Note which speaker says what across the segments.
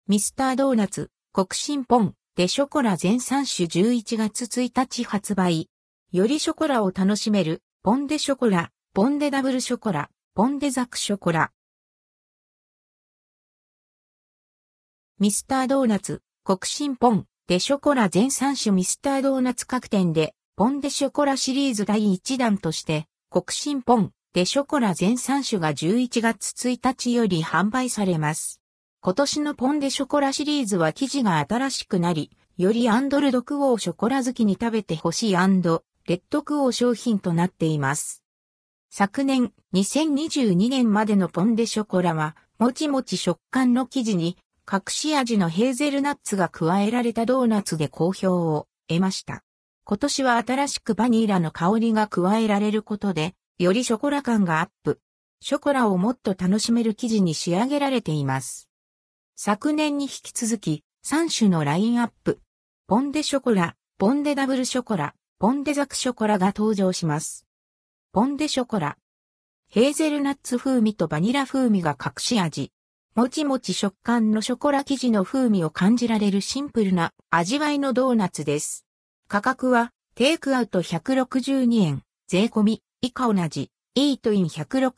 Speaker 1: ミスタードーナツ、国新ポン、デショコラ全3種11月1日発売。よりショコラを楽しめる、ポンデショコラ、ポンデダブルショコラ、ポンデザクショコラ。ミスタードーナツ、国新ポン、デショコラ全3種ミスタードーナツ各店で、ポンデショコラシリーズ第1弾として、国新ポン、デショコラ全3種が11月1日より販売されます。今年のポンデショコラシリーズは生地が新しくなり、よりアンドルドクオーショコラ好きに食べてほしい&レッドクオー商品となっています。昨年、2022年までのポンデショコラは、もちもち食感の生地に、隠し味のヘーゼルナッツが加えられたドーナツで好評を得ました。今年は新しくバニラの香りが加えられることで、よりショコラ感がアップ。ショコラをもっと楽しめる生地に仕上げられています。昨年に引き続き、3種のラインアップ。ポンデショコラ、ポンデダブルショコラ、ポンデザクショコラが登場します。ポンデショコラ。ヘーゼルナッツ風味とバニラ風味が隠し味。もちもち食感のショコラ生地の風味を感じられるシンプルな味わいのドーナツです。価格は、テイクアウト162円、税込み、以下同じ、イートイン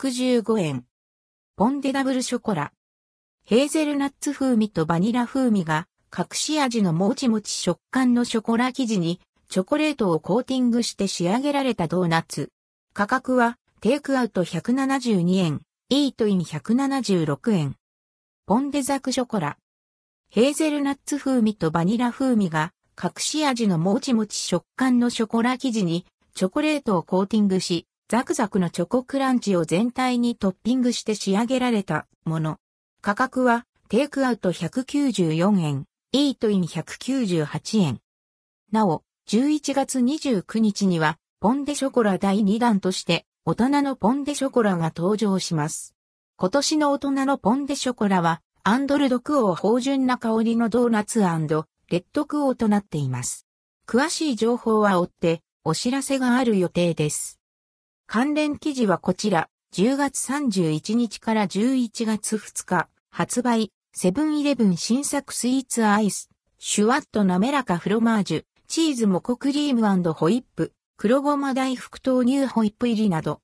Speaker 1: 165円。ポンデダブルショコラ。ヘーゼルナッツ風味とバニラ風味が隠し味のもちもち食感のショコラ生地にチョコレートをコーティングして仕上げられたドーナツ。価格はテイクアウト172円、イートイン176円。ポンデザクショコラ。ヘーゼルナッツ風味とバニラ風味が隠し味のもちもち食感のショコラ生地にチョコレートをコーティングし、ザクザクのチョコクランチを全体にトッピングして仕上げられたもの。価格は、テイクアウト194円、イートイン198円。なお、11月29日には、ポンデショコラ第2弾として、大人のポンデショコラが登場します。今年の大人のポンデショコラは、アンドルドクオー芳醇な香りのドーナツ&レッドクオーとなっています。詳しい情報は追って、お知らせがある予定です。関連記事はこちら。10月31日から11月2日、発売、セブンイレブン新作スイーツアイス、シュワッと滑らかフロマージュ、チーズモコクリーム&ホイップ、黒ごま大福豆乳ホイップ入りなど、